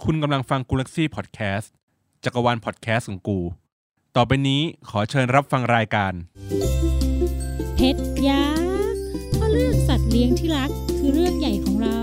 คุณกำลังฟังกูลักซี่พอดแคสต์จักรวาลพอดแคสต์ของกูต่อไปนี้ขอเชิญรับฟังรายการเพชรยักษ์เพราะเรื่องสัตว์เลี้ยงที่รักคือเรื่องใหญ่ของเรา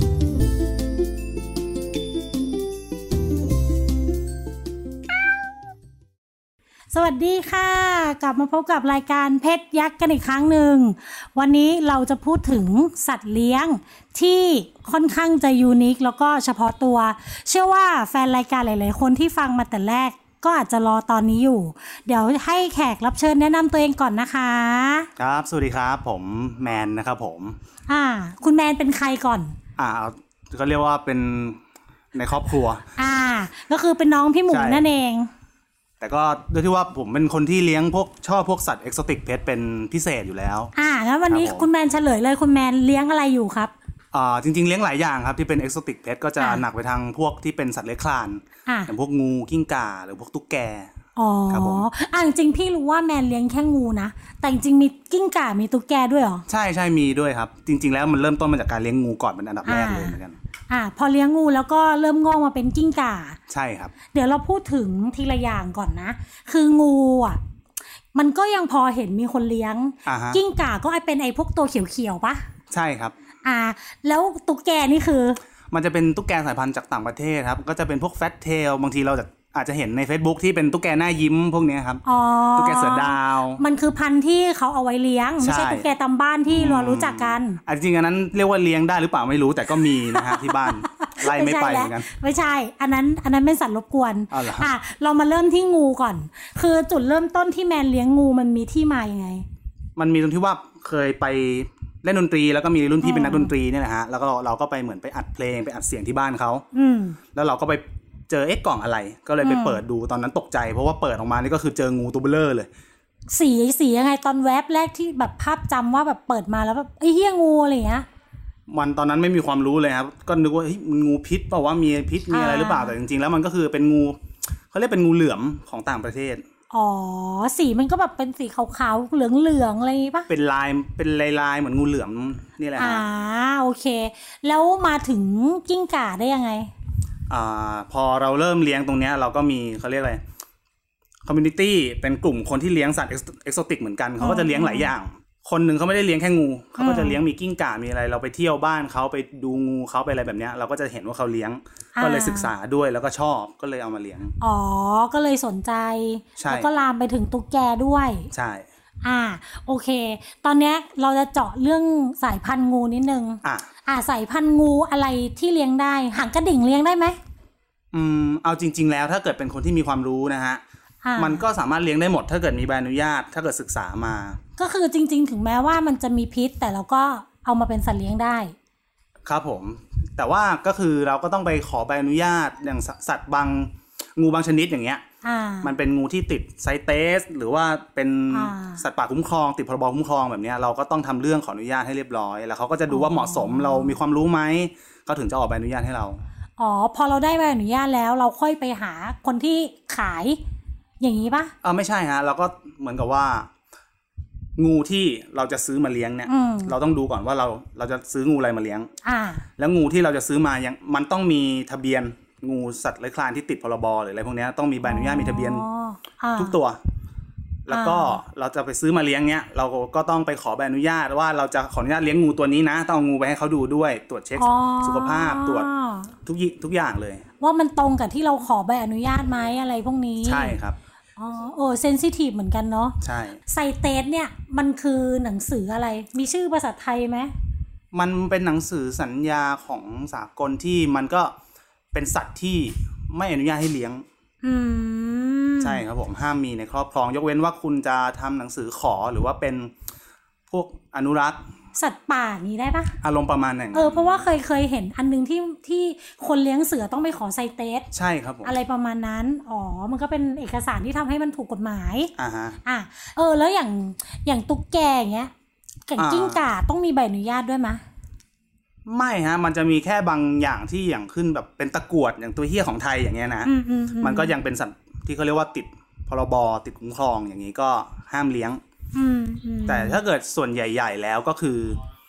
สวัสดีค่ะกลับมาพบกับรายการเพชรยักษ์กันอีกครั้งหนึ่งวันนี้เราจะพูดถึงสัตว์เลี้ยงที่ค่อนข้างจะยูนิคแล้วก็เฉพาะตัวเชื่อว่าแฟนรายการหลายๆคนที่ฟังมาแต่แรกก็อาจจะรอตอนนี้อยู่เดี๋ยวให้แขกรับเชิญแนะนำตัวเองก่อนนะคะครับสวัสดีครับผมแมนนะครับผมคุณแมนเป็นใครก่อนก็เรียกว่าเป็นในครอบครัวก็คือเป็นน้องพี่หมูนั่นเองแต่ก็ด้วยที่ว่าผมเป็นคนที่เลี้ยงชอบพวกสัตว์เอกโซติกเพทเป็นพิเศษอยู่แล้วงั้นวันนี้คุณแมนเฉลยเลยคุณแมนเลี้ยงอะไรอยู่ครับจริงๆเลี้ยงหลายอย่างครับที่เป็นเอกโซติกเพทก็จะหนักไปทางพวกที่เป็นสัตว์เลื้อยคลานอย่างพวกงูกิ้งก่าหรือพวกตุ๊กแกครับผมจริงๆพี่รู้ว่าแมนเลี้ยงแค่งูนะแต่จริงๆมีกิ้งก่ามีตุ๊กแกด้วยเหรอใช่มีด้วยครับจริงๆแล้วมันเริ่มต้นมาจากการเลี้ยงงูก่อนเป็นอันดับแรกเลยเหมือนกันพอเลี้ยงงูแล้วก็เริ่มงอกมาเป็นกิ้งก่าใช่ครับเดี๋ยวเราพูดถึงทีละอย่างก่อนนะคืองูมันก็ยังพอเห็นมีคนเลี้ยงกิ้งก่าก็เป็นไอ้พวกตัวเขียวๆปะใช่ครับแล้วตุ๊กแกนี่คือมันจะเป็นตุ๊กแกสายพันธุ์จากต่างประเทศครับก็จะเป็นพวกแฟตเทลบางทีเราอาจจะเห็นใน Facebook ที่เป็นตุ๊กแกหน้ายิ้มพวกนี้ครับตุ๊กแกเสือดาวมันคือพันธุ์ที่เขาเอาไว้เลี้ยงไม่ใช่ตุ๊กแกตามบ้านที่เรารู้จักกันจริงๆอันนั้นเรียกว่าเลี้ยงได้หรือเปล่าไม่รู้แต่ก็มีนะฮะที่บ้านไล่ไม่ไปเหมือนกันไม่ใช่อันนั้นเป็นสัตว์รบกวนเรามาเริ่มที่งูก่อนคือจุดเริ่มต้นที่แมนเลี้ยงงูมันมีที่มายังไงมันมีตรงที่ว่าเคยไปเล่นดนตรีแล้วก็มีรุ่นพี่เป็นนักดนตรีเนี่ยแหละฮะแล้วก็เราก็ไปเหมือนไปอัดเพลงไปอัดเสียงที่บ้านเขาแล้วเราก็ไปเจอกล่องอะไรก็เลยไปเปิดดูตอนนั้นตกใจเพราะว่าเปิดออกมานี่ก็คือเจองูตัวเบ้อเร่อเลยสียังไงตอนแวบแรกที่แบบภาพจำว่าแบบเปิดมาแล้วแบบไอ้เหี้ยงูอะไรอย่างเงี้ยมันตอนนั้นไม่มีความรู้เลยครับก็นึกว่ามันงูพิษเปล่าว่ามีพิษมีอะไรหรือเปล่าแต่จริงๆแล้วมันก็คือเป็นงูเขาเรียกเป็นงูเหลือมของต่างประเทศสีมันก็แบบเป็นสีขาวๆเหลืองๆอะไรป่ะเป็นลายเหมือนงูเหลือมนี่แหละโอเคแล้วมาถึงกิ้งก่าได้ยังไงพอเราเริ่มเลี้ยงตรงเนี้ยเราก็มีเขาเรียกอะไรคอมมูนิตี้เป็นกลุ่มคนที่เลี้ยงสัตว์เอกโซติกเหมือนกันเขาก็จะเลี้ยงหลายอย่างคนหนึ่งเขาไม่ได้เลี้ยงแค่งูเขาก็จะเลี้ยงมีกิ้งก่ามีอะไรเราไปเที่ยวบ้านเขาไปดูงูเขาไปอะไรแบบเนี้ยเราก็จะเห็นว่าเขาเลี้ยงก็เลยศึกษาด้วยแล้วก็ชอบก็เลยเอามาเลี้ยงก็เลยสนใจแล้วก็ลามไปถึงตุ๊กแกด้วยใช่โอเคตอนนี้เราจะเจาะเรื่องสายพันธุ์งูนิดนึงสายพันธุ์งูอะไรที่เลี้ยงได้หางกระดิ่งเลี้ยงได้ไหมเอาจริงๆแล้วถ้าเกิดเป็นคนที่มีความรู้นะฮะมันก็สามารถเลี้ยงได้หมดถ้าเกิดมีใบอนุญาตถ้าเกิดศึกษามาก็คือจริงๆถึงแม้ว่ามันจะมีพิษแต่เราก็เอามาเป็นสัตว์เลี้ยงได้ครับผมแต่ว่าก็คือเราก็ต้องไปขอใบอนุญาตอย่างสัตว์งูบางชนิดอย่างเงี้ยมันเป็นงูที่ติดไซเตสหรือว่าเป็นสัตว์ป่าคุ้มครองติดพรบคุ้มครองแบบนี้เราก็ต้องทำเรื่องขออนุญาตให้เรียบร้อยแล้วเขาก็จะดูว่าเหมาะสมเรามีความรู้ไหมเขาถึงจะออกใบอนุญาตให้เราพอเราได้ใบอนุญาตแล้วเราค่อยไปหาคนที่ขายอย่างนี้ปะไม่ใช่ฮะเราก็เหมือนกับว่างูที่เราจะซื้อมาเลี้ยงเนี่ยเราต้องดูก่อนว่าเราจะซื้องูอะไรมาเลี้ยงแล้วงูที่เราจะซื้อมายังมันต้องมีทะเบียนงูสัตว์เลื้อยคลานที่ติดพรบหรืออะไรพวกนี้ต้องมีใบอนุญาตมีทะเบียนทุกตัวแล้วก็เราจะไปซื้อมาเลี้ยงเนี้ยเราก็ต้องไปขอใบอนุญาตว่าเราจะขออนุญาตเลี้ยงงูตัวนี้นะต้องเอางูไปให้เขาดูด้วยตรวจเช็คสุขภาพตรวจทุกอย่างเลยว่ามันตรงกับที่เราขอใบอนุญาตไหมอะไรพวกนี้ใช่ครับเซนซิทีฟเหมือนกันเนาะใช่ไซเตสเนี่ยมันคือหนังสืออะไรมีชื่อภาษาไทยไหมมันเป็นหนังสือสัญญาของสากลที่มันก็เป็นสัตว์ที่ไม่อนุญาตให้เลี้ยงใช่ครับผมห้ามมีในครอบครองยกเว้นว่าคุณจะทำหนังสือขอหรือว่าเป็นพวกอนุรักษ์สัตว์ป่านี้ได้ปะอารมณ์ประมาณนั้นเพราะว่าเคยเห็นอันนึงที่คนเลี้ยงเสือต้องไปขอไซเตสใช่ครับผมอะไรประมาณนั้นมันก็เป็นเอกสารที่ทำให้มันถูกกฎหมายแล้วอย่างตุ๊กแกอย่างเงี้ยกับกิ้งก่าต้องมีใบอนุญาตด้วยมั้ยไม่ฮะมันจะมีแค่บางอย่างที่อย่างขึ้นแบบเป็นตะกรวดอย่างตัวเหี้ยของไทยอย่างเงี้ยนะมันก็ยังเป็นสัตว์ที่เขาเรียกว่าติดพรบติดคุ้มครองอย่างนี้ก็ห้ามเลี้ยงแต่ถ้าเกิดส่วนใหญ่ๆแล้วก็คือ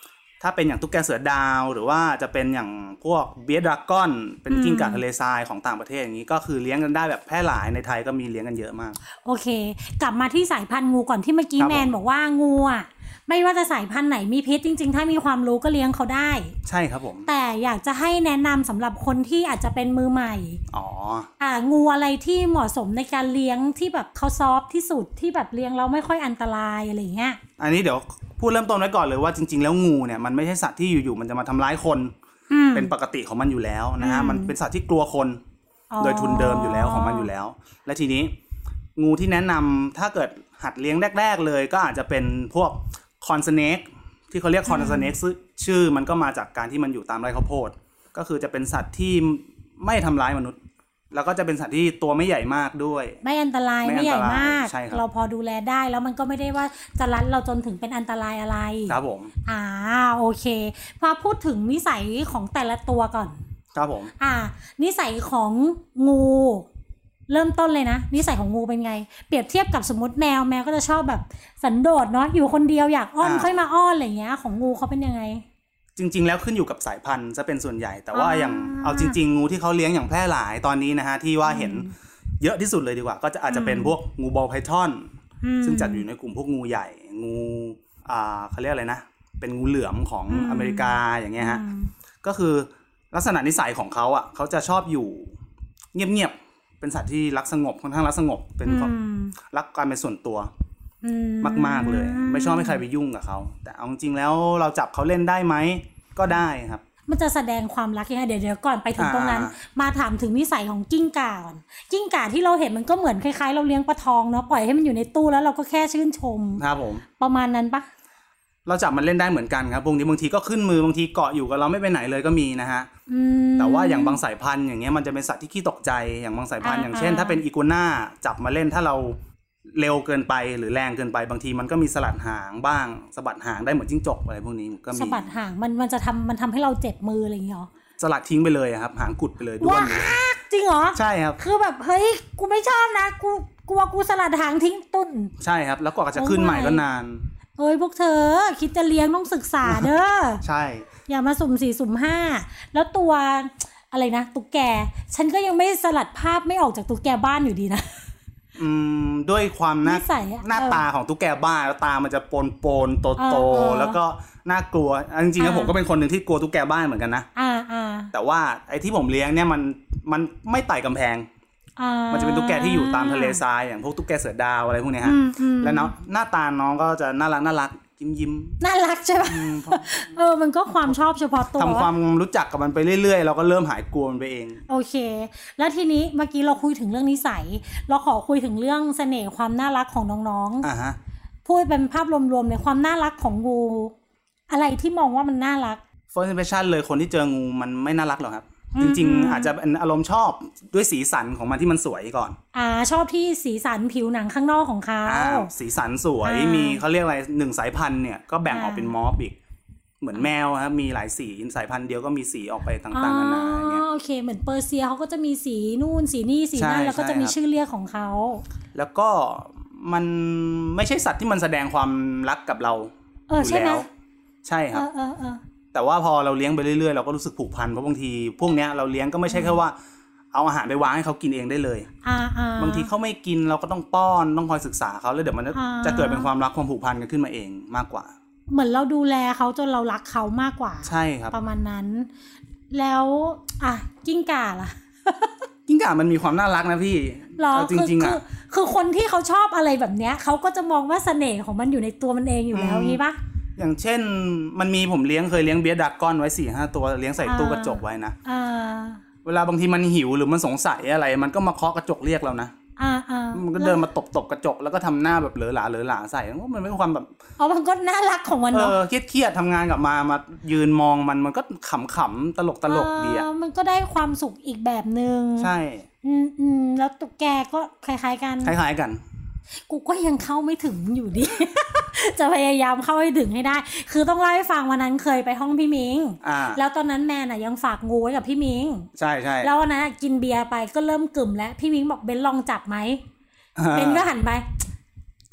ถ้าเป็นอย่างตุ๊กแกเสือดาวหรือว่าจะเป็นอย่างพวกเบียร์ดราก้อนเป็นกิ้งก่าทะเลทรายของต่างประเทศอย่างนี้ก็คือเลี้ยงกันได้แบบแพร่หลายในไทยก็มีเลี้ยงกันเยอะมากโอเคกลับมาที่สายพันธุ์งูก่อนที่เมื่อกี้แมนบอกว่างูอ่ะไม่ว่าจะสายพันธุ์ไหนมีพิษจริงๆถ้ามีความรู้ก็เลี้ยงเขาได้ใช่ครับผมแต่อยากจะให้แนะนำสำหรับคนที่อาจจะเป็นมือใหม่งูอะไรที่เหมาะสมในการเลี้ยงที่แบบเขาซอฟที่สุดที่แบบเลี้ยงแล้วไม่ค่อยอันตรายอะไรเงี้ยอันนี้เดี๋ยวพูดเริ่มต้นไว้ก่อนเลยว่าจริงๆแล้วงูเนี่ยมันไม่ใช่สัตว์ที่อยู่ๆมันจะมาทำร้ายคนเป็นปกติของมันอยู่แล้วนะฮะมันเป็นสัตว์ที่กลัวคนโดยทุนเดิมอยู่แล้วของมันอยู่แล้วและทีนี้งูที่แนะนำถ้าเกิดหัดเลี้ยงแรกๆเลยก็อาจจะเป็นพวกคอนสเนกที่เขาเรียกคอนสเนกชื่อมันก็มาจากการที่มันอยู่ตามไร่ข้าวโพดก็คือจะเป็นสัตว์ที่ไม่ทำร้ายมนุษย์แล้วก็จะเป็นสัตว์ที่ตัวไม่ใหญ่มากด้วยไม่อันตรายไม่ใหญ่มากเราพอดูแลได้แล้วมันก็ไม่ได้ว่าจะรัดเราจนถึงเป็นอันตรายอะไรครับผมโอเคพอพูดถึงนิสัยของแต่ละตัวก่อนครับผมนิสัยของงูเริ่มต้นเลยนะนิสัยของงูเป็นไงเปรียบเทียบกับสมมติแมวก็จะชอบแบบสันโดษเนาะอยู่คนเดียวอยากอ้อนค่อยมาอ้อนอะไรเงี้ยของงูเขาเป็นยังไงจริงๆแล้วขึ้นอยู่กับสายพันธุ์จะเป็นส่วนใหญ่แต่ว่าอย่างเอาจริงๆงูที่เขาเลี้ยงอย่างแพร่หลายตอนนี้นะฮะที่ว่าเห็นเยอะที่สุดเลยดีกว่าก็อาจจะเป็นพวกงูบอลไพทอนซึ่งจัดอยู่ในกลุ่มพวกงูใหญ่งูเขาเรียกอะไรนะเป็นงูเหลือมของอเมริกาอย่างเงี้ยฮะก็คือลักษณะนิสัยของเขาเขาจะชอบอยู่เงียบๆเป็นสัตว์ที่รักสงบค่อนข้างรักสงบเป็นรักการเป็นส่วนตัวมากๆเลยไม่ชอบให้ใครไปยุ่งกับเขาแต่เอาจริงๆแล้วเราจับเขาเล่นได้ไหมก็ได้ครับมันจะแสดงความรักยังไงเดี๋ยวก่อนไปถึงตรงนั้นมาถามถึงนิสัยของกิ้งก่าก่อนกิ้งก่าที่เราเห็นมันก็เหมือนคล้ายๆเราเลี้ยงปลาทองเนาะปล่อยให้มันอยู่ในตู้แล้วเราก็แค่ชื่นชมครับผมประมาณนั้นปะเราจับมันเล่นได้เหมือนกันครับบางทีก็ขึ้นมือบางทีเกาะอยู่กับเราไม่ไปไหนเลยก็มีนะฮะแต่ว่าอย่างบางสายพันธุ์อย่างเงี้ยมันจะเป็นสัตว์ที่ขี้ตกใจอย่างบางสายพันธุ์อย่างเช่นถ้าเป็นอีกัวน่าจับมาเล่นถ้าเราเร็วเกินไปหรือแรงเกินไปบางทีมันก็มีสลัดหางบ้างสะบัดหางได้เหมือนจิ้งจกอะไรพวกนี้ก็มีสะบัดหางมันจะทำให้เราเจ็บมืออะไรอย่างเงี้ยหรอสลัดทิ้งไปเลยครับหางกุดไปเลยด้วนเลยจริงเหรอใช่ครับคือแบบเฮ้ยกูไม่ชอบนะกูว่ากูสลัดหางทิ้งตุ้นใช่ครับแล้วกว่าจะขึ้นใหม่ก็นานเฮ้ยพวกเธอคิดจะเลี้ยงต้องศึกษาเด้อใช่อย่ามาสุ่ม4สุ่ม5แล้วตัวอะไรนะตุ๊กแกฉันก็ยังไม่สลัดภาพไม่ออกจากตุ๊กแกบ้านอยู่ดีนะด้วยความหน้าตาของตุ๊กแกบ้านแล้วตามันจะโปนโตแล้วก็น่ากลัวจริงๆแล้วผมก็เป็นคนหนึ่งที่กลัวตุ๊กแกบ้านเหมือนกันนะแต่ว่าไอ้ที่ผมเลี้ยงเนี่ยมันไม่ไต่กำแพงมันจะเป็นตุ๊กแกที่อยู่ตามทะเลทรายอย่างพวกตุ๊กแกเสือดาวอะไรพวกนี้ฮะแล้วหน้าตาน้องก็จะน่ารักยิ้มน่ารักใช่ป่ะมันก็ความชอบเฉพาะตัวทำความรู้จักกับมันไปเรื่อยๆเราก็เริ่มหายกลัวมันไปเองโอเคแล้วทีนี้เมื่อกี้เราคุยถึงเรื่องนิสัยเราขอคุยถึงเรื่องเสน่ห์ความน่ารักของน้องๆพูดเป็นภาพรวมๆในความน่ารักของงูอะไรที่มองว่ามันน่ารัก first impression เลยคนที่เจองูมันไม่น่ารักหรอกครับจริงๆอาจจะเป็นอารมณ์ชอบด้วยสีสันของมันที่มันสวยก่อนชอบที่สีสันผิวหนังข้างนอกของเขาสีสันสวยมีเขาเรียกอะไร1สายพันธุ์เนี่ยก็แบ่งออกเป็นมอฟอีกเหมือนแมวครับมีหลายสีสายพันธุ์เดียวก็มีสีออกไปต่างๆนานาอย่างเงี้ยโอเคเหมือนเปอร์เซียเขาก็จะมีสีนู่นสีนี่สีนั่นแล้วก็จะมีชื่อเรียกของเขาแล้วก็มันไม่ใช่สัตว์ที่มันแสดงความรักกับเราอยู่แล้วใช่ครับแต่ว่าพอเราเลี้ยงไปเรื่อยๆเราก็รู้สึกผูกพันเพราะบางทีพวกเนี้ยเราเลี้ยงก็ไม่ใช่แค่ว่าเอาอาหารไปวางให้เขากินเองได้เลยบางทีเขาไม่กินเราก็ต้องป้อนต้องคอยศึกษาเขาแล้วเดี๋ยวมันจะเกิดเป็นความรักความผูกพันกันขึ้นมาเองมากกว่าเหมือนเราดูแลเขาจนเรารักเขามากกว่าใช่ครับประมาณนั้นแล้วกิ้งก่าล่ะกิ้งก่ามันมีความน่ารักนะพี่จริงๆคือคนที่เขาชอบอะไรแบบเนี้ยเขาก็จะมองว่าเสน่ห์ของมันอยู่ในตัวมันเองอยู่แล้วงี้ปะอย่างเช่นมันมีผมเคยเลี้ยงเบียร์ดราก้อนไว้ 4-5 ตัวเลี้ยงใส่ตู้กระจกไว้นะเวลาบางทีมันหิวหรือมันสงสัยอะไรมันก็มาเคาะกระจกเรียกเรานะมันก็เดินมาตบกระจกแล้วก็ทำหน้าแบบเหลอหลาใส่มันไม่ความแบบมันก็น่ารักของมันเนาะเครียดทำงานกลับมายืนมองมันก็ขำๆตลกดีมันก็ได้ความสุขอีกแบบนึงใช่แล้วตุ๊กแกก็คล้ายๆกันกูก็ยังเข้าไม่ถึงอยู่ดี จะพยายามเข้าให้ถึงให้ได้คือต้องเล่าให้ฟังวันนั้นเคยไปห้องพี่มิงแล้วตอนนั้นแม่น่ะยังฝากงูไว้กับพี่มิงใช่แล้ววันนั้นกินเบียร์ไปก็เริ่มกึ่มแล้วพี่มิงบอกเบนลองจับไหมเบนก็หันไป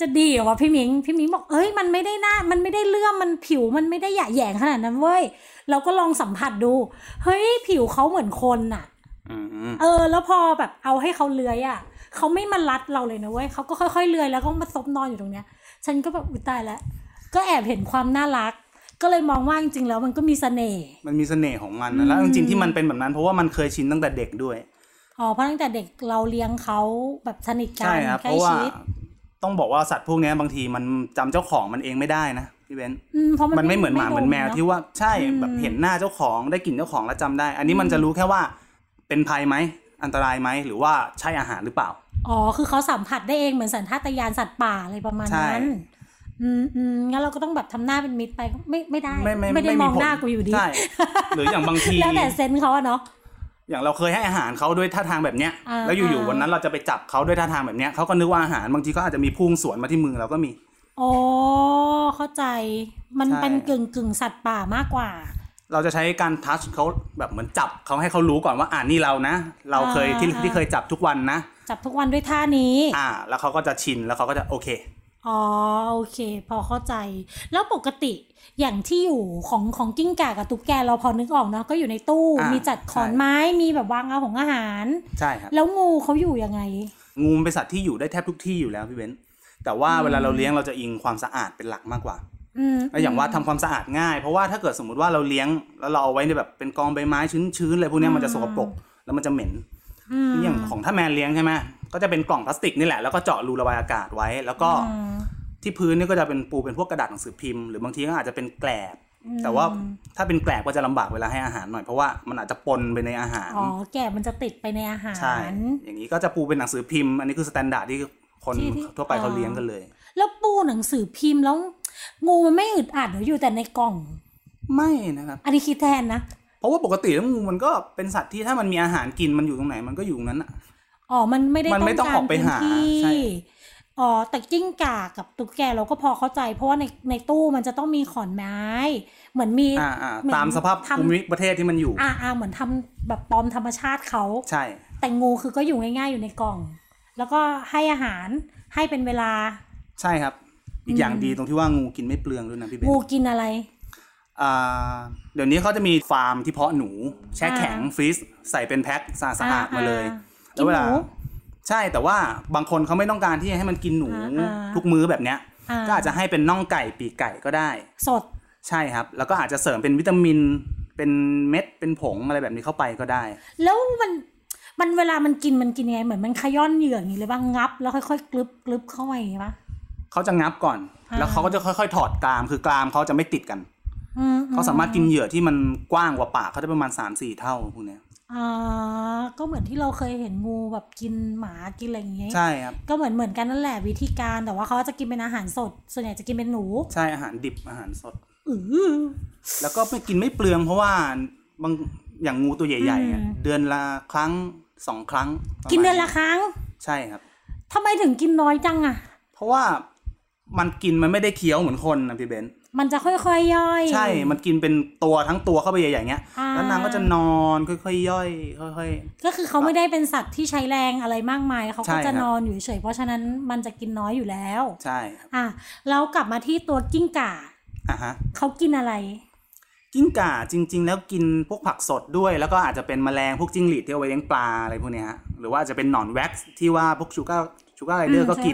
จะดีเหรอวะพี่มิงบอกเอ้ยมันไม่ได้มันไม่ได้เลื่อมมันผิวมันไม่ได้หยะแหยงขนาดนั้นเว้ยเราก็ลองสัมผัสดูเฮ้ยผิวเขาเหมือนคนน่ะแล้วพอแบบเอาให้เขาเลื้อยอ่ะเขาไม่มารัดเราเลยนะเว้ยเขาก็ค่อยๆเลื้อยแล้วก็มาซบนอนอยู่ตรงเนี้ยฉันก็แบบอุ๊ยตายแล้วก็แอบเห็นความน่ารักก็เลยมองว่าจริงๆแล้วมันก็มีเสน่ห์มันมีเสน่ห์ของมันนะแล้วจริงๆที่มันเป็นแบบนั้นเพราะว่ามันเคยชินตั้งแต่เด็กด้วยเพราะตั้งแต่เด็กเราเลี้ยงเขาแบบสนิทกันใช่ครับเพราะว่าต้องบอกว่าสัตว์พวกนี้บางทีมันจำเจ้าของมันเองไม่ได้นะพี่เบนมันไม่เหมือนหมาเหมือนแมวที่ว่าใช่แบบเห็นหน้าเจ้าของได้กลิ่นเจ้าของแล้วจำได้อันนี้มันจะรู้แค่ว่าเป็นภัยไหมอันตรายไหมหรือว่าใช่อาหารหรือเปล่าคือเขาสัมผัสได้เองเหมือนสัญชาตญาณสัตว์ป่าอะไรประมาณนั้นงั้นเราก็ต้องแบบทำหน้าเป็นมิตรไปไม่ได้ไม่ได้มองหน้ากูอยู่ดีใช่หรืออย่างบางทีแล้วแต่เซนส์เขาอะเนาะอย่างเราเคยให้อาหารเขาด้วยท่าทางแบบเนี้ยแล้วอยู่ๆวันนั้นเราจะไปจับเขาด้วยท่าทางแบบเนี้ยเขาก็นึกว่าอาหารบางทีก็อาจจะมีพุ่งสวนมาที่มือเราก็มีเข้าใจมันเป็นกึ่งสัตว์ป่ามากกว่าเราจะใช้การทัชเขาแบบเหมือนจับเขาให้เขารู้ก่อนว่านี่เรานะเราเคยที่เคยจับทุกวันนะจับทุกวันด้วยท่านี้แล้วเขาก็จะชินแล้วเขาก็จะโอเคโอเคพอเข้าใจแล้วปกติอย่างที่อยู่ของกิ้งก่ากับตุ๊กแกเราพอนึกออกเนาะก็อยู่ในตู้มีจัดขอนไม้มีแบบวางอาหารใช่ครับแล้วงูเขาอยู่ยังไงงูเป็นสัตว์ที่อยู่ได้แทบทุกที่อยู่แล้วพี่เบนแต่ว่าเวลาเราเลี้ยงเราจะอิงความสะอาดเป็นหลักมากกว่าอย่างว่าทำความสะอาดง่ายเพราะว่าถ้าเกิดสมมุติว่าเราเลี้ยงแล้วเราเอาไว้ในแบบเป็นกองใบไม้ชื้นๆอะไรพวกนี้มันจะสกปรกแล้วมันจะเหม็นอย่างของถ้าแมนเลี้ยงใช่ไหมก็จะเป็นกล่องพลาสติกนี่แหละแล้วก็เจาะรูระบายอากาศไว้แล้วก็ที่พื้นนี่ก็จะเป็นปูเป็นพวกกระดาษหนังสือพิมพ์หรือบางทีก็อาจจะเป็นแกลบแต่ว่าถ้าเป็นแกลบก็จะลำบากเวลาให้อาหารหน่อยเพราะว่ามันอาจจะปนไปในอาหารแกลบมันจะติดไปในอาหารใช่อย่างนี้ก็จะปูเป็นหนังสือพิมพ์อันนี้คือสแตนดาร์ดที่คนทั่วไปเขาเลี้ยงกันเลยแล้วปูหนังสือพิมพ์แล้วงูมันไม่อึดอัดหรืออยู่แต่ในกล่องไม่นะครับอันนี้คิดแทนนะเพราะว่าปกติแล้วงูมันก็เป็นสัตว์ที่ถ้ามันมีอาหารกินมันอยู่ตรงไหนมันก็อยู่ตรงนั้นมันไม่ได้ต้องออกไปหาใช่แต่กิ้งก่ากับตุ๊กแกเราก็พอเข้าใจเพราะว่าในตู้มันจะต้องมีขอนไม้เหมือนมีตามสภาพภูมิประเทศที่มันอยู่เหมือนทำแบบปลอมธรรมชาติเขาใช่แต่งูคือก็อยู่ง่ายๆอยู่ในกล่องแล้วก็ให้อาหารให้เป็นเวลาใช่ครับอีกอย่างดีตรงที่ว่างูกินไม่เปลืองด้วยนะพี่เบนงูกินอะไรเดี๋ยวนี้เขาจะมีฟาร์มที่เพาะหนูแช่แข็งฟรีซใส่เป็นแพ็คสะอาดมาเลยแล้วเวลาใช่แต่ว่าบางคนเขาไม่ต้องการที่จะให้มันกินหนูทุกมื้อแบบเนี้ยก็อาจจะให้เป็นน่องไก่ปีกไก่ก็ได้สดใช่ครับแล้วก็อาจจะเสริมเป็นวิตามินเป็นเม็ดเป็นผงอะไรแบบนี้เข้าไปก็ได้แล้วมันเวลามันกินยังไงเหมือนมันขย้อนเหยื่ออย่างนี้เลยบ้างงับแล้วค่อยๆกลึบเข้าไปอย่างนี้ป่ะเขาจะงับก่อนแล้วเขาก็จะค่อยๆถอดกรามคือกรามเขาจะไม่ติดกันเขาสามารถกินเหยื่อที่มันกว้างกว่าปากเขาจะประมาณ 3-4 เท่าพวกนี้ก็เหมือนที่เราเคยเห็นงูแบบกินหมากินอะไรอย่างเงี้ยใช่ครับก็เหมือนกันนั่นแหละวิธีการแต่ว่าเขาจะกินเป็นอาหารสดส่วนใหญ่จะกินเป็นหนูใช่อาหารดิบอาหารสดแล้วก็ไม่กินไม่เปลืองเพราะว่าบางอย่างงูตัวใหญ่ๆเดือนละครั้ง2 ครั้งกินเดือนละครั้งใช่ครับทำไมถึงกินน้อยจังอ่ะเพราะว่ามันกินมันไม่ได้เคี้ยวเหมือนคนนะพี่เบนมันจะค่อยๆย่อยใช่มันกินเป็นตัวทั้งตัวเข้าไปใหญ่ๆเงี้ยแล้วนางก็จะนอนค่อยๆย่อยค่อยๆก็คือเขาไม่ได้เป็นสัตว์ที่ใช้แรงอะไรมากมายเขาก็จะนอนอยู่เฉยเพราะฉะนั้นมันจะกินน้อยอยู่แล้วใช่แล้วกลับมาที่ตัวกิ้งก่าเขากินอะไรกิ้งก่าจริงๆแล้วกินพวกผักสดด้วยแล้วก็อาจจะเป็นแมลงพวกจิ้งหรีดที่เอาไว้เลี้ยงปลาอะไรพวกนี้ฮะหรือว่าจะเป็นหนอนแว็กซ์ที่ว่าพวกชูการ์ไรเดอร์ก็กิน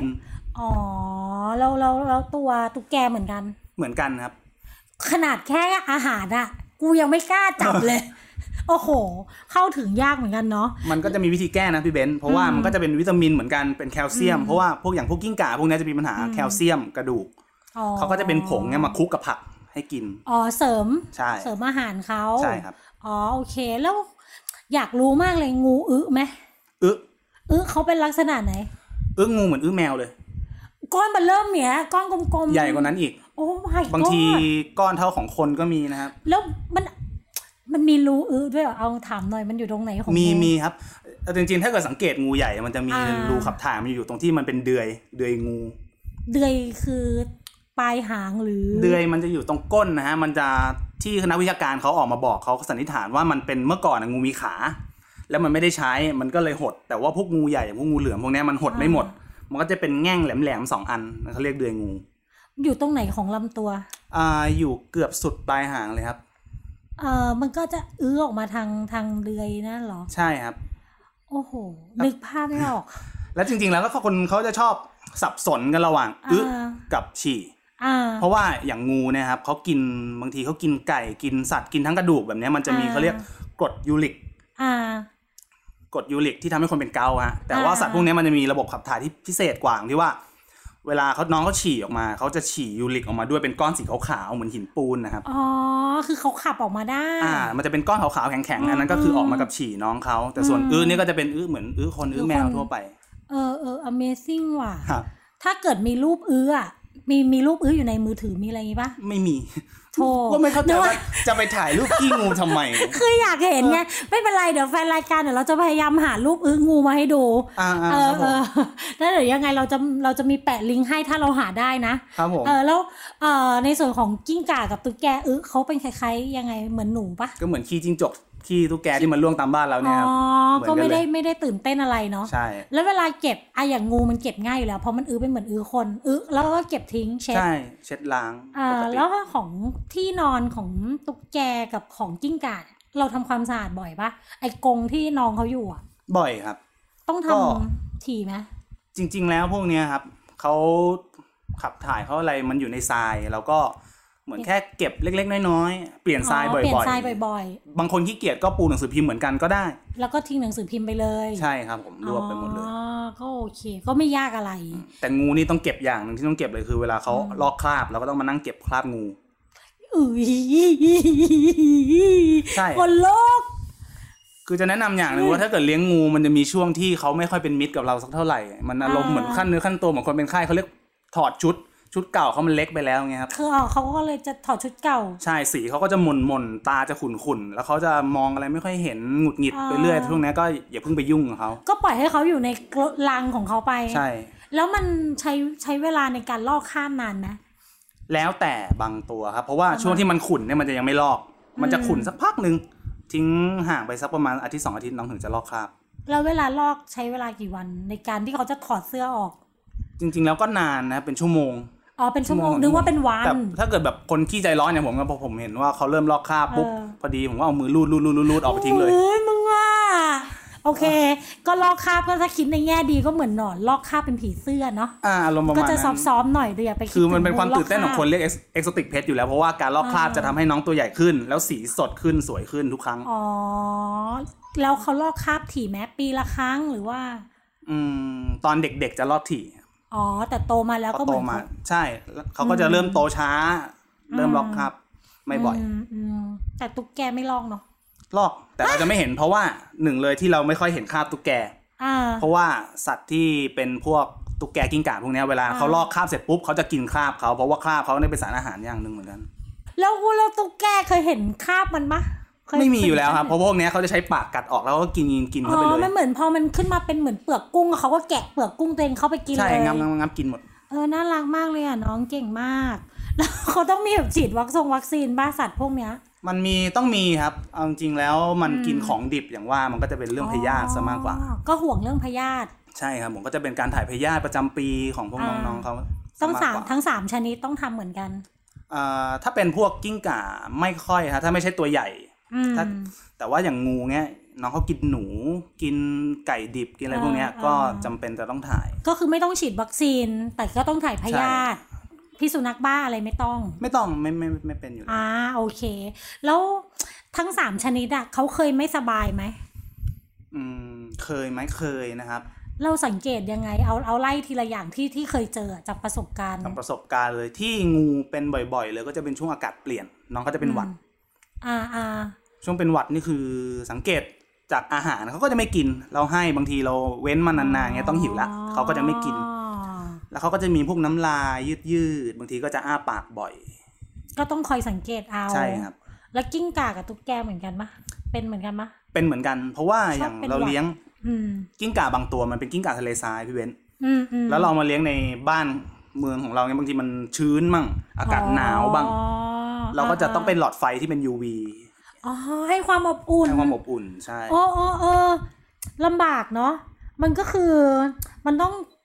แล้วตัวตุ๊กแกเหมือนกันครับขนาดแค่อาหารอะกูยังไม่กล้าจับเลย โอ้โหเข้าถึงยากเหมือนกันเนาะมันก็จะมีวิธีแก้นะพี่เบนเพราะว่ามันก็จะเป็นวิตามินเหมือนกันเป็นแคลเซียมเพราะว่าพวกอย่างพวกกิ้งก่าพวกนี้จะมีปัญหาแคลเซียมกระดูกเขาก็จะเป็นผงเนี่ยมาคลุกกับผักให้กินเสริมใช่เสริมอาหารเขาใช่ครับโอเคแล้วอยากรู้มากเลยงูไหมเขาเป็นลักษณะไหนงูเหมือนแมวเลยก้อนมันเริ่มเหนียก้อนกลมๆใหญ่กว่านั้นอีกโอ้ my god บางทีก้อนเท่าของคนก็มีนะครับแล้วมันมีรูด้วยเหรอเอาถามหน่อยมันอยู่ตรงไหนของมีครับจริงๆถ้าเกิดสังเกตงูใหญ่มันจะมีรูขับถ่ายมันอยู่ตรงที่มันเป็นเดือยงูเดือยคือปลายหางหรือเดือยมันจะอยู่ตรงก้นนะฮะมันจะที่นักวิชาการเขาออกมาบอกเขาสันนิษฐานว่ามันเป็นเมื่อก่อนงูมีขาแล้วมันไม่ได้ใช้มันก็เลยหดแต่ว่าพวกงูใหญ่พวกงูเหลือมพวกนี้มันหดไม่หมดมันก็จะเป็นแง่งแหลมๆ2 อันเขาเรียกเดือยงูอยู่ตรงไหนของลำตัวอยู่เกือบสุดปลายหางเลยครับมันก็จะออกมาทางเดือยนั่นหรอใช่ครับโอ้โหนึกภาพไม่ออกแล้วจริงๆแล้วก็คนเขาจะชอบสับสนกันระหว่างกับฉี่เพราะว่าอย่างงูเนี่ยครับเขากินบางทีเขากินไก่กินสัตว์กินทั้งกระดูกแบบนี้มันจะมีเขาเรียกกรดยูริกกรดยูริกที่ทำให้คนเป็นเกาต์ฮะแต่ว่าสัตว์พวกนี้มันจะมีระบบขับถ่ายที่พิเศษกว่าที่ว่าเวลาน้องเขาฉี่ออกมาเขาจะฉี่ยูริกออกมาด้วยเป็นก้อนสีขาวๆเหมือนหินปูนนะครับอ๋อคือเขาขับออกมาได้มันจะเป็นก้อนขาวๆแข็งๆอันนั้นก็คือออกมากับฉี่น้องเขาแต่ส่วนนี่ก็จะเป็นเหมือนคนแมวทั่วไป Amazing ว่ะถ้าเกิดมีรูปมีรูปอยู่ในมือถือมีอะไรงี้ป่ะไม่มีก็ไม่เข้าใจว่าจะไปถ่ายรูปขี้งูทำไมคืออยากเห็นไงไม่เป็นไรเดี๋ยวแฟนรายการเดี๋ยวเราจะพยายามหารูปงูมาให้ดูแล้วเดี๋ยวยังไงเราจะมีแปะลิงก์ให้ถ้าเราหาได้นะครับผมแล้วในส่วนของกิ้งก่ากับตุ๊กแกเขาเป็นคล้ายๆยังไงเหมือนหนูป่ะก็เหมือนขี้จิ้งจกขี้ตุ๊กแกที่มันล่วงตามบ้านเราเนี่ยครับก็ไม่ได้ตื่นเต้นอะไรเนาะใช่แล้วเวลาเก็บอย่างงูมันเก็บง่ายอยู่แล้วเพราะมันเป็นเหมือนคนแล้วก็เก็บทิ้งใช่เช็ดล้างแล้วของที่นอนของตุ๊กแกกับของกิ้งก่าเราทำความสะอาดบ่อยปะไอ้กรงที่น้องเขาอยู่อ่ะบ่อยครับต้องทำถี่ไหมจริงๆแล้วพวกเนี้ยครับเขาขับถ่ายเขาอะไรมันอยู่ในทรายแล้วก็เหมือนแค่เก็บเล็กๆน้อยๆเปลี่ยนทรายบ่อยๆบางคนขี้เกียจก็ปูหนังสือพิมพ์เหมือนกันก็ได้แล้วก็ทิ้งหนังสือพิมพ์ไปเลยใช่ครับผมรวบไปหมดเลยก็โอเคก็ไม่ยากอะไรแต่งูนี่ต้องเก็บอย่างนึงที่ต้องเก็บเลยคือเวลาเขาลอกคราบเราก็ต้องมานั่งเก็บคราบงูใช่คนโลกคือจะแนะนำอย่างนึงว่าถ้าเกิดเลี้ยงงูมันจะมีช่วงที่เขาไม่ค่อยเป็นมิตรกับเราสักเท่าไหร่มันอารมณ์เหมือนขั้นเนื้อขั้นตัวเหมือนคนเป็นไข้เขาเรียกถอดชุดเก่าเขามันเล็กไปแล้วไงครับคือเขาก็เลยจะถอดชุดเก่าใช่สีเขาก็จะหม่นตาจะขุ่นแล้วเขาจะมองอะไรไม่ค่อยเห็นหงุดหงิดไปเรื่อยช่วงนี้ก็อย่าเพิ่งไปยุ่งกับเขาก็ปล่อยให้เขาอยู่ในรังของเขาไปใช่แล้วมันใช้เวลาในการลอกคราบนานไหมแล้วแต่บางตัวครับเพราะว่าช่วงที่มันขุ่นเนี่ยมันจะยังไม่ลอกมันจะขุ่นสักพักนึงทิ้งห่างไปสักประมาณอาทิตย์2 อาทิตย์น้องถึงจะลอกคราบแล้วเวลาลอกใช้เวลากี่วันในการที่เขาจะถอดเสื้อออกจริงๆแล้วก็นานนะเป็นชั่วโมงเป็นชั่วโมงนึกว่าเป็นวันแต่ถ้าเกิดแบบคนขี้ใจร้อนอย่างผมพอผมเห็นว่าเขาเริ่มลอกคราบปุ๊บพอดีผมก็เอามือลูดออกไปทิ้งเลยมึงว่าโอเคก็ลอกคราบก็ถ้าคิดในแง่ดีก็เหมือนหนอนลอกคราบเป็นผีเสื้อเนาะอารมณ์ประมาณนั้นก็จะซ้อมๆหน่อยเดี๋ยวไปคือมันเป็นความตื่นเต้นของคนเรียก exotic pet อยู่แล้วเพราะว่าการลอกคราบจะทำให้น้องตัวใหญ่ขึ้นแล้วสีสดขึ้นสวยขึ้นทุกครั้งแล้วเขาลอกคราบถี่ไหมปีละครั้งหรือว่าตอนเด็กๆจะลอกถี่แต่โตมาแล้วก็เหมือนใช่เขาก็จะเริ่มโตช้าเริ่มลอกคราบไม่บ่อยแต่ตุ๊กแกไม่ลอกเนาะลอกแต่เราจะไม่เห็นเพราะว่าหนึ่งเลยที่เราไม่ค่อยเห็นคราบตุ๊กแกเพราะว่าสัตว์ที่เป็นพวกตุ๊กแกกิ้งก่าพวกนี้เวลาเขาลอกคราบเสร็จปุ๊บเขาจะกินคราบเขาเพราะว่าคราบเขาเนี่ยเป็นสารอาหารอย่างนึงเหมือนกันแล้วตุ๊กแกเคยเห็นคราบมันปะไม่มีอยู่แล้วครับเพราะพวกนี้เขาจะใช้ปากกัดออกแล้วก็กินเข้าไปเลยมันเหมือนพอมันขึ้นมาเป็นเหมือนเปลือกกุ้งเขาก็แกะเปลือกกุ้งตัวเองเข้าไปกินเลยใช่งับกินหมดน่ารักมากเลยอ่ะน้องเก่งมากแล้วเขาต้องมีแบบฉีดวัคซีนบ้าสัตว์พวกเนี้ยมันต้องมีครับเอาจริงแล้วมันกินของดิบอย่างว่ามันก็จะเป็นเรื่องพยาธิซะมากกว่าก็ห่วงเรื่องพยาธิใช่ครับผมก็จะเป็นการถ่ายพยาธิประจำปีของพวกน้องๆเขาต้องทั้ง3ชนิดต้องทำเหมือนกันถ้าเป็นพวกกิ้งก่าไม่ค่อยครับถ้าไม่ใช่ตัวใหญ่แต่ว่าอย่างงูเงี้ยน้องเขากินหนูกินไก่ดิบกินอะไรพวกเนี้ยก็จำเป็นจะต้องถ่ายก็คือไม่ต้องฉีดวัคซีนแต่ก็ต้องถ่ายพยาธิพิษสุนัขบ้าอะไรไม่ต้องไม่เป็นอยู่โอเคแล้วทั้ง3ชนิดเขาเคยไม่สบายไหมเคยไหมเคยนะครับเราสังเกตยังไงเอาไล่ทีละอย่างที่เคยเจอจากประสบการณ์เลยที่งูเป็นบ่อยๆเลยก็จะเป็นช่วงอากาศเปลี่ยนน้องก็จะเป็นหวัดช่วงเป็นหวัดนี่คือสังเกตจากอาหารเขาก็จะไม่กินเราให้บางทีเราเว้นมานานๆเงี้ยต้องหิวละเขาก็จะไม่กินแล้วเขาก็จะมีพวกน้ำลายยืดบางทีก็จะอ้าปากบ่อยก็ต้องคอยสังเกตเอาใช่ครับแล้วกิ้งก่ากับตุ๊กแกเหมือนกันปะเป็นเหมือนกันปะเป็นเหมือนกันเพราะว่าอย่างเราเลี้ยงกิ้งก่าบางตัวมันเป็นกิ้งก่าทะเลทรายพี่เว้นแล้วเรามาเลี้ยงในบ้านเมืองของเราเนี่ยบางทีมันชื้นมั่งอากาศหนาวบ้างเราก็จะต้องเป็นหลอดไฟที่เป็น UV ให้ความอบอุ่นใช่ลำบากเนาะมันก็คือมันต้อง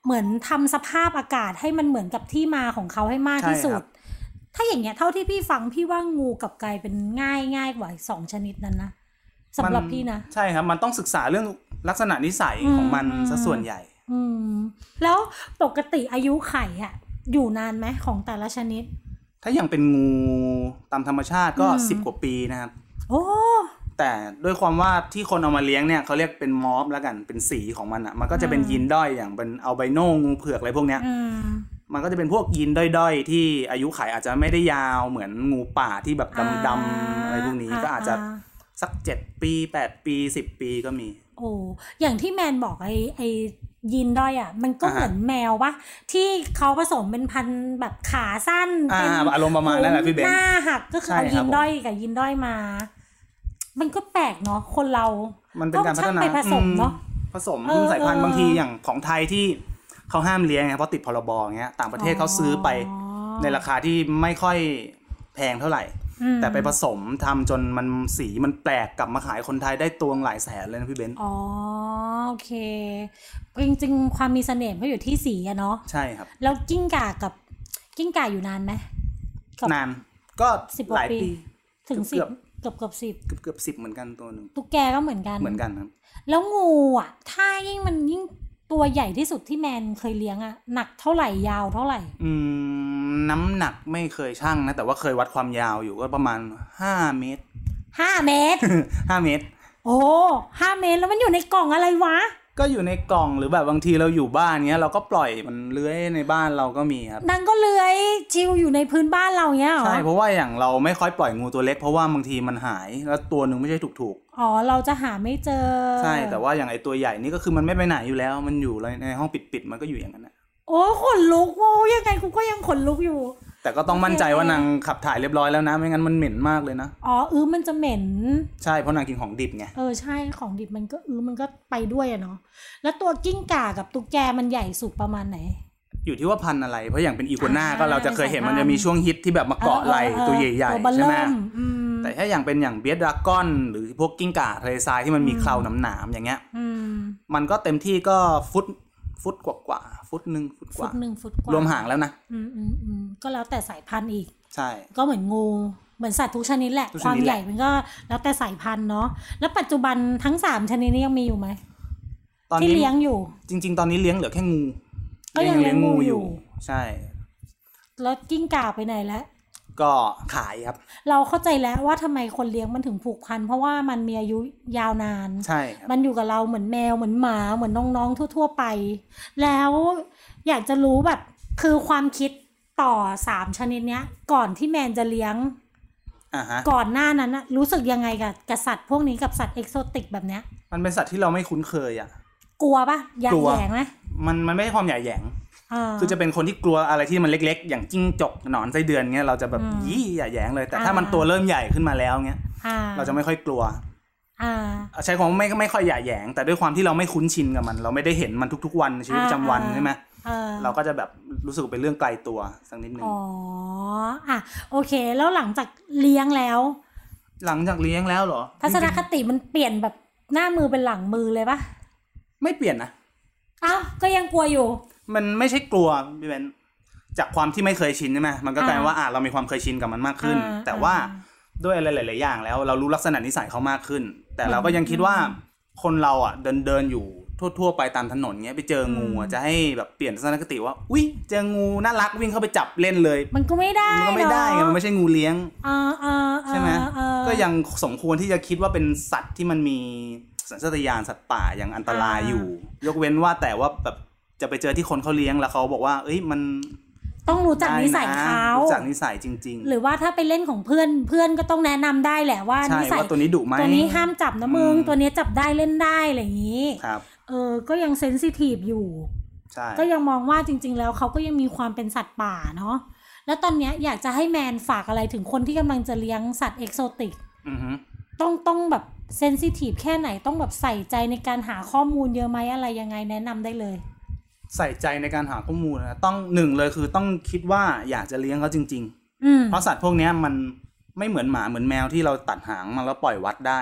เหมือนทำสภาพอากาศให้มันเหมือนกับที่มาของเขาให้มากที่สุดถ้าอย่างเงี้ยเท่าที่พี่ฟังพี่ว่างูกับไก่เป็นง่ายกว่า2ชนิดนั้นนะสำหรับพี่นะใช่ครับมันต้องศึกษาเรื่องลักษณะนิสัยของมันซะส่วนใหญ่แล้วปกติอายุไข่อะอยู่นานไหมของแต่ละชนิดถ้าอย่างเป็นงูตามธรรมชาติก็10 กว่าปีนะครับโอ้แต่ด้วยความว่าที่คนเอามาเลี้ยงเนี่ยเขาเรียกเป็นมอฟแล้วกันเป็นสีของมันอ่ะมันก็จะเป็นยีนด้อยอย่างเป็นอัลไบโนงูเผือกอะไรพวกเนี้ยมันก็จะเป็นพวกยีนด้อยๆที่อายุขัยอาจจะไม่ได้ยาวเหมือนงูป่าที่แบบดำๆอะไรพวกนี้ก็อาจจะสัก7 ปี8 ปี10 ปีก็มีโอ้อย่างที่แมนบอกไอยีนด้อยอ่ะมันก็เหมือนแมวปะที่เขาผสมเป็นพันธุ์แบบขาสั้นเป็นอารมณ์ประมาณนั้นแหละพี่เบนหน้าหักก็คือเอายีนด้อยกับยีนด้อยมามันก็แปลกเนาะคนเรามันเป็นการพัฒนาผสมเนาะผสมสายพันธุ์บางทีอย่างของไทยที่เขาห้ามเลี้ยงไงเพราะติดพรบเงี้ยต่างประเทศเขาซื้อไปในราคาที่ไม่ค่อยแพงเท่าไหร่แต่ไปผสมทำจนมันสีมันแปลกกลับมาขายคนไทยได้ตัวหลายแสนเลยนะพี่เบนซ์อ๋อโอเคจริงๆความมีเสน่ห์ก็อยู่ที่สีอะเนาะใช่ครับแล้วกิ้งก่าอยู่นานไหมนานก็หลายปีถึง10เกือบ 10เหมือนกันตัวนึงตุ๊กแกก็เหมือนกันครับแล้วงูอ่ะถ้ามันยิ่งตัวใหญ่ที่สุดที่แมนเคยเลี้ยงอ่ะหนักเท่าไหร่ยาวเท่าไหร่น้ำหนักไม่เคยชั่งนะแต่ว่าเคยวัดความยาวอยู่ก็ประมาณ5 เมตร 5 เมตร 5 เมตรโอ้5 เมตรแล้วมันอยู่ในกล่องอะไรวะก็อยู่ในกล่องหรือแบบบางทีเราอยู่บ้านเงี้ยเราก็ปล่อยมันเลื้อยในบ้านเราก็มีครับนางก็เลื้อยชิวอยู่ในพื้นบ้านเราเงี้ยหรอใช่เพราะว่าอย่างเราไม่ค่อยปล่อยงูตัวเล็กเพราะว่าบางทีมันหายแล้วตัวนึงไม่ใช่ถูกอ๋อเราจะหาไม่เจอใช่แต่ว่าอย่างไอตัวใหญ่นี่ก็คือมันไม่ไปไหนอยู่แล้วมันอยู่ในห้องปิดมันก็อยู่อย่างนั้นนะโอ้ขนลุกโอ้ยังไงกูก็ยังขนลุกอยู่แต่ก็ต้องมั่นใจว่านางขับถ่ายเรียบร้อยแล้วนะไม่งั้นมันเหม็นมากเลยนะอ๋อมันจะเหม็นใช่เพราะนางกินของดิบไงใช่ของดิบมันก็มันก็ไปด้วยอะเนาะแล้วตัวกิ้งก่ากับตุ๊กแกมันใหญ่สุดประมาณไหนอยู่ที่ว่าพันธุ์อะไรเพราะอย่างเป็นอีกัวน่าก็เราจะเคยเห็นมันจะมีช่วงฮิตที่แบบมาเกาะไหล่ตัวใหญ่ๆใช่ไหมแต่ถ้าอย่างเป็นอย่างเบียดดราก้อนหรือพวกกิ้งก่าทะเลทรายที่มันมีเคราหนามๆอย่างเงี้ยมันก็เต็มที่ก็ฟุตกว่าฟุตหนึ่งฟุตกว่ารวมหางแล้วนะก็แล้วแต่สายพันธุ์อีกใช่ก็เหมือนงูเหมือนสัตว์ทุกชนิดแหละความใหญ่มันก็แล้วแต่สายพันธุ์เนาะแล้วปัจจุบันทั้ง3ชนิดนี้ยังมีอยู่ไหมที่เลี้ยงอยู่จริงๆตอนนี้เลี้ยงเหลือแค่งูก็ยังเลี้ยงงูอยู่ใช่แล้วกิ้งก่าไปไหนแล้วก็ขายครับเราเข้าใจแล้วว่าทำไมคนเลี้ยงมันถึงผูกพันเพราะว่ามันมีอายุยาวนานใช่ครับมันอยู่กับเราเหมือนแมวเหมือนหมาเหมือนน้องๆทั่วๆไปแล้วอยากจะรู้แบบคือความคิดต่อ3ชนิดเนี้ยก่อนที่แมนจะเลี้ยงก่อนหน้านั้นนะรู้สึกยังไงกับสัตว์พวกนี้กับสัตว์เอกโซติกแบบเนี้ยมันเป็นสัตว์ที่เราไม่คุ้นเคยอ่ะกลัวปะหยาแหยงไหมมันไม่ใช่ความหยาแหยงคือจะเป็นคนที่กลัวอะไรที่มันเล็กๆอย่างจิ้งจกหนอนไส้เดือนเงี้ยเราจะแบบยี่หยาแหยงเลยแต่ถ้ามันตัวเริ่มใหญ่ขึ้นมาแล้วเงี้ยเราจะไม่ค่อยกลัวใช้คำว่าไม่ค่อยหยาแหยงแต่ด้วยความที่เราไม่คุ้นชินกับมันเราไม่ได้เห็นมันทุกๆวันในชีวิตประจำวันใช่ไหมเราก็จะแบบรู้สึกเป็นเรื่องไกลตัวสักนิดนึงโอเคแล้วหลังจากเลี้ยงแล้วเหรอทัศนคติมันเปลี่ยนแบบหน้ามือเป็นหลังมือเลยปะไม่เปลี่ยนนะก็ยังกลัวอยู่มันไม่ใช่กลัวพี่เบนจากความที่ไม่เคยชินใช่ไหมมันก็กลายว่าเรามีความเคยชินกับมันมากขึ้นแต่ว่าด้วยอะไรหลายๆอย่างแล้วเรารู้ลักษณะนิสัยเขามากขึ้นแต่เราก็ยังคิดว่าคนเราเดินอยู่ทั่วไปตามถนนเงี้ยไปเจองูจะให้แบบเปลี่ยนทัศนคติว่าอุ๊ยเจองูน่ารักวิ่งเข้าไปจับเล่นเลยมันก็ไม่ได้ไงมันไม่ใช่งูเลี้ยงใช่ไหมก็ยังสมควรที่จะคิดว่าเป็นสัตว์ที่มันมีสัญชาตญาณสัตว์ป่าอย่างอันตรายอยู่ยกเว้นว่าแต่ว่าแบบจะไปเจอที่คนเขาเลี้ยงแล้วเขาบอกว่ามันต้องรู้จักนิสัยเขารู้จักนิสัยจริงๆหรือว่าถ้าไปเล่นของเพื่อนก็ต้องแนะนำได้แหละว่านิสัยตัวนี้ดุไหมตัวนี้ห้ามจับนะมึงตัวนี้จับได้เล่นได้อะไรอย่างนี้ครับก็ยังเซนซิทีฟอยู่ใช่ก็ยังมองว่าจริงๆแล้วเขาก็ยังมีความเป็นสัตว์ป่าเนาะแล้วตอนนี้อยากจะให้แมนฝากอะไรถึงคนที่กำลังจะเลี้ยงสัตว์เอกโซติกต้องแบบเซนซิทีฟแค่ไหนต้องแบบใส่ใจในการหาข้อมูลเยอะไหมอะไรยังไงแนะนำได้เลยใส่ใจในการหาข้อมูลนะต้อง1เลยคือต้องคิดว่าอยากจะเลี้ยงเขาจริงๆเพราะสัตว์พวกนี้มันไม่เหมือนหมาเหมือนแมวที่เราตัดหางมาแล้วปล่อยวัดได้นะ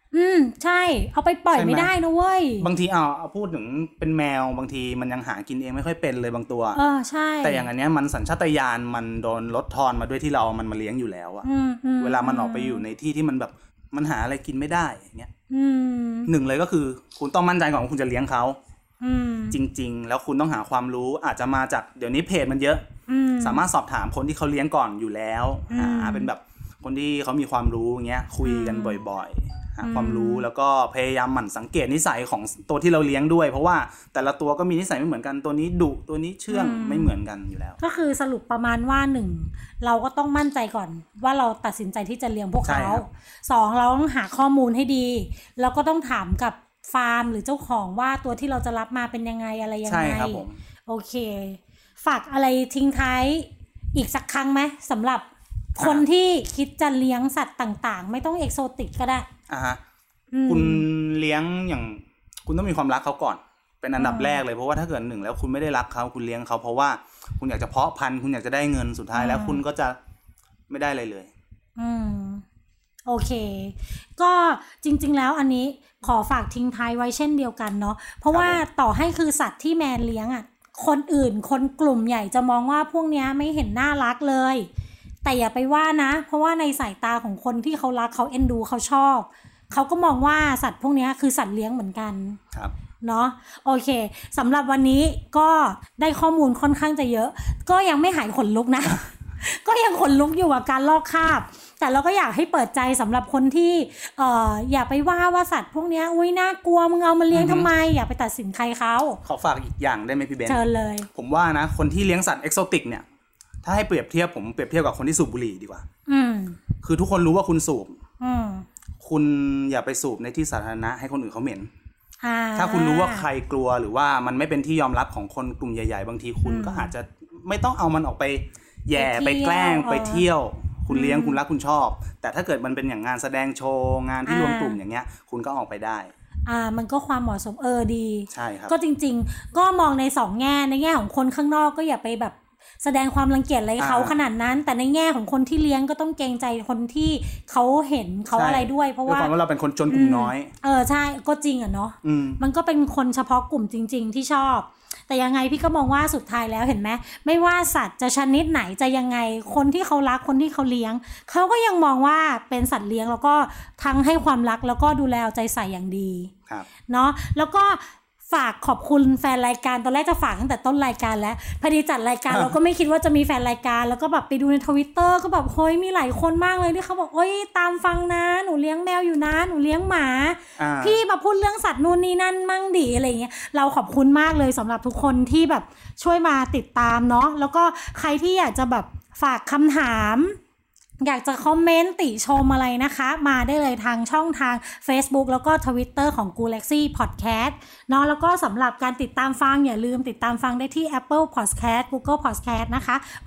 ใช่เอาไปปล่อยไม่ได้นะเว้ยบางทีเอาพูดถึงเป็นแมวบางทีมันยังหากินเองไม่ค่อยเป็นเลยบางตัวใช่แต่อย่างอันเนี้ยมันสัญชาตญาณมันโดนลดทอนมาด้วยที่เรามันมาเลี้ยงอยู่แล้วอะเวลามันออกไปอยู่ในที่ที่มันแบบมันหาอะไรกินไม่ได้อย่างเงี้ยหนึ่งเลยก็คือคุณต้องมั่นใจก่อนว่าคุณจะเลี้ยงเขาจริงๆแล้วคุณต้องหาความรู้อาจจะมาจากเดี๋ยวนี้เพจมันเยอะสามารถสอบถามคนที่เขาเลี้ยงก่อนอยู่แล้วหาเป็นแบบคนที่เขามีความรู้อย่างเงี้ยคุยกันบ่อยๆหาความรู้แล้วก็พยายามหมั่นสังเกตนิสัยของตัวที่เราเลี้ยงด้วยเพราะว่าแต่ละตัวก็มีนิสัยไม่เหมือนกันตัวนี้ดุตัวนี้เชื่องไม่เหมือนกันอยู่แล้วก็คือสรุปประมาณว่า1เราก็ต้องมั่นใจก่อนว่าเราตัดสินใจที่จะเลี้ยงพวกเขา2เราต้องหาข้อมูลให้ดีแล้วก็ต้องถามกับฟาร์มหรือเจ้าของว่าตัวที่เราจะรับมาเป็นยังไงอะไรยังไงใช่ครับผมโอเคฝากอะไรทิ้งท้ายอีกสักครั้งไหมสำหรับคนที่คิดจะเลี้ยงสัตว์ต่างๆไม่ต้องเอกโซติกก็ได้คุณเลี้ยงอย่างคุณต้องมีความรักเขาก่อนเป็นอันดับแรกเลยเพราะว่าถ้าเกิด1แล้วคุณไม่ได้รักเขาคุณเลี้ยงเขาเพราะว่าคุณอยากจะเพาะพันธุ์คุณอยากจะได้เงินสุดท้ายแล้วคุณก็จะไม่ได้อะไรเลยโอเคก็จริงๆแล้วอันนี้ขอฝากทิ้งท้ายไว้เช่นเดียวกันเนาะเพราะว่าต่อให้คือสัตว์ที่แมนเลี้ยงอ่ะคนอื่นคนกลุ่มใหญ่จะมองว่าพวกนี้ไม่เห็นน่ารักเลยแต่อย่าไปว่านะเพราะว่าในสายตาของคนที่เขารักเขาเอ็นดูเขาชอบเขาก็มองว่าสัตว์พวกนี้คือสัตว์เลี้ยงเหมือนกันครับเนาะโอเคสำหรับวันนี้ก็ได้ข้อมูลค่อนข้างจะเยอะก็ยังไม่หายขนลุกนะ ก็ยังขนลุกอยู่กับการลอกคราบแต่เราก็อยากให้เปิดใจสำหรับคนที่อย่าไปว่าสัตว์พวกนี้อุ้ยน่ากลัวมึงเอามาเลี้ยงทำไมอย่าไปตัดสินใครเขาขอฝากอีกอย่างได้ไหมพี่เบนเชิญเลยผมว่านะคนที่เลี้ยงสัตว์เอกโซติกเนี่ยถ้าให้เปรียบเทียบผมเปรียบเทียบกับคนที่สูบบุหรี่ดีกว่าคือทุกคนรู้ว่าคุณสูบคุณอย่าไปสูบในที่สาธารณะให้คนอื่นเขาเหม็นถ้าคุณรู้ว่าใครกลัวหรือว่ามันไม่เป็นที่ยอมรับของคนกลุ่มใหญ่ๆบางทีคุณก็อาจจะไม่ต้องเอามันออกไปแย่ไปแกล้งไปเที่ยวคุณเลี้ยงคุณรักคุณชอบแต่ถ้าเกิดมันเป็นอย่างงานแสดงโชว์งานที่รวมกลุ่มอย่างเงี้ยคุณก็ออกไปได้มันก็ความเหมาะสมดีใช่ครับก็จริงๆก็มองใน2แง่ในแง่ของคนข้างนอกก็อย่าไปแบบแสดงความรังเกียจอะไรเขาขนาดนั้นแต่ในแง่ของคนที่เลี้ยงก็ต้องเกรงใจคนที่เขาเห็นเขาอะไรด้วยเพราะว่าเราเป็นคนจนกลุ่มน้อยใช่ก็จริงอ่ะเนาะมันก็เป็นคนเฉพาะกลุ่มจริงๆที่ชอบแต่ยังไงพี่ก็มองว่าสุดท้ายแล้วเห็นไหมไม่ว่าสัตว์จะชนิดไหนจะยังไงคนที่เขารักคนที่เขาเลี้ยงเขาก็ยังมองว่าเป็นสัตว์เลี้ยงแล้วก็ทั้งให้ความรักแล้วก็ดูแลเอาใจใส่อย่างดีเนาะแล้วก็ฝากขอบคุณแฟนรายการตอนแรกจะฝากตั้งแต่ต้นรายการแล้วพอดีจัดรายการเราก็ไม่คิดว่าจะมีแฟนรายการแล้วก็แบบไปดูใน Twitter ก็แบบเฮ้ยมีหลายคนมากเลยที่เขาบอกโอ๊ยตามฟังนะหนูเลี้ยงแมวอยู่นะหนูเลี้ยงหมาพี่มาพูดเรื่องสัตว์นู่นนี่นั่นมั่งดิอะไรเงี้ยเราขอบคุณมากเลยสำหรับทุกคนที่แบบช่วยมาติดตามเนาะแล้วก็ใครที่อยากจะแบบฝากคำถามอยากจะคอมเมนต์ติชมอะไรนะคะมาได้เลยทางช่องทาง Facebook แล้วก็ Twitter ของ Galaxy Podcast เนาะแล้วก็สำหรับการติดตามฟังอย่าลืมติดตามฟังได้ที่ Apple Podcast Google Podcast นะคะ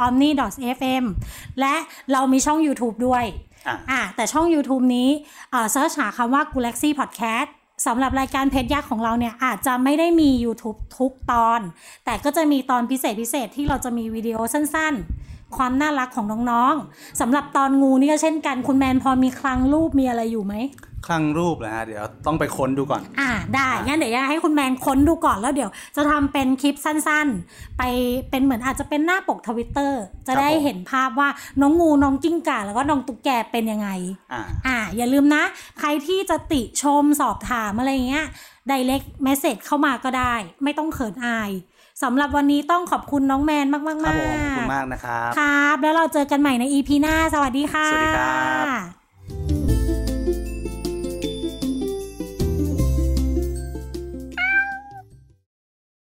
omni.fm และเรามีช่อง YouTube ด้วยแต่ช่อง YouTube นี้เสิร์ชหาคำว่า Galaxy Podcast สำหรับรายการเพชรยักษ์ของเราเนี่ยอาจจะไม่ได้มี YouTube ทุกตอนแต่ก็จะมีตอนพิเศษที่เราจะมีวิดีโอสั้นๆความน่ารักของน้องๆสำหรับตอนงูนี่ก็เช่นกันคุณแมนพอมีคลังรูปมีอะไรอยู่ไหมคลังรูปนะฮะเดี๋ยวต้องไปค้นดูก่อนได้งั้นเดี๋ยวให้คุณแมนค้นดูก่อนแล้วเดี๋ยวจะทำเป็นคลิปสั้นๆไปเป็นเหมือนอาจจะเป็นหน้าปก Twitter จะได้เห็นภาพว่าน้องงูน้องกิ้งก่าแล้วก็น้องตุ๊กแกเป็นยังไงอย่าลืมนะใครที่จะติชมสอบถามอะไรเงี้ย direct message เข้ามาก็ได้ไม่ต้องเขินอายสำหรับวันนี้ต้องขอบคุณน้องแมนมากๆครับผมขอบคุณมากนะครับครับแล้วเราเจอกันใหม่ใน EP หน้าสวัสดีค่ะสวัสดีครับ